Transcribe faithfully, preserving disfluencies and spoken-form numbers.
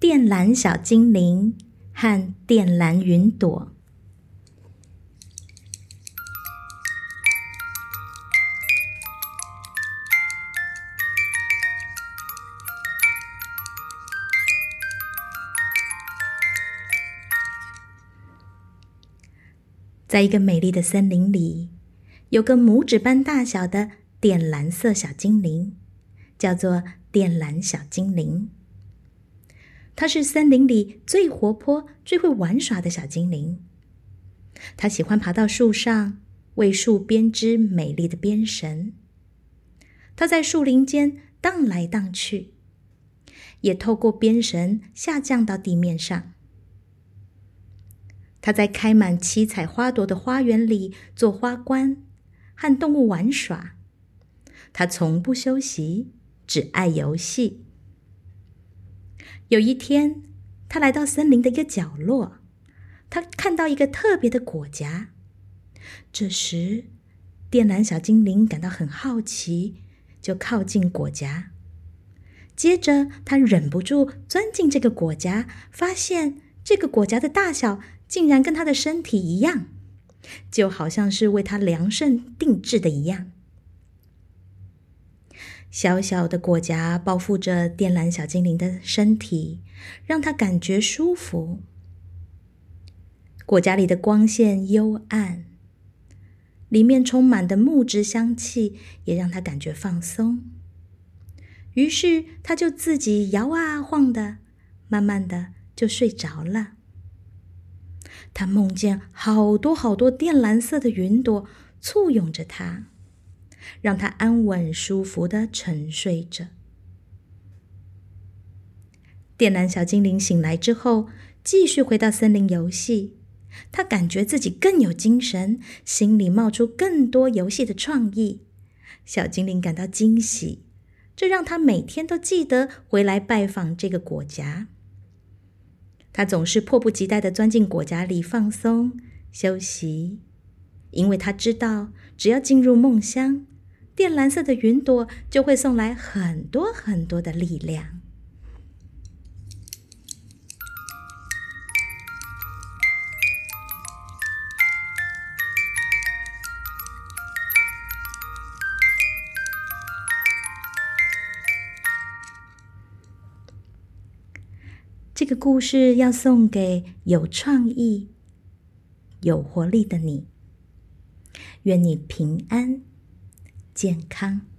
靛蓝小精灵和靛蓝云朵。在一个美丽的森林里，有个拇指般大小的靛蓝色小精灵，叫做靛蓝小精灵。它是森林里最活泼、最会玩耍的小精灵。它喜欢爬到树上，为树编织美丽的编绳。它在树林间荡来荡去，也透过编绳下降到地面上。他在开满七彩花朵的花园里做花冠，和动物玩耍。他从不休息，只爱游戏。有一天，他来到森林的一个角落，他看到一个特别的果荚。这时，靛蓝小精灵感到很好奇，就靠近果荚。接着，他忍不住钻进这个果荚，发现这个果荚的大小竟然跟他的身体一样，就好像是为他量身定制的一样。小小的果荚包覆着靛蓝小精灵的身体，让他感觉舒服。果荚里的光线幽暗，里面充满的木质香气也让他感觉放松。于是他就自己摇啊晃的，慢慢的就睡着了。他梦见好多好多靛蓝色的云朵簇拥着他，让他安稳舒服地沉睡着。靛蓝小精灵醒来之后，继续回到森林游戏。他感觉自己更有精神，心里冒出更多游戏的创意。小精灵感到惊喜，这让他每天都记得回来拜访这个果荚。他总是迫不及待地钻进果荚里放松休息，因为他知道只要进入梦乡，靛蓝色的云朵就会送来很多很多的力量。这个故事要送给有创意、有活力的你。愿你平安、健康。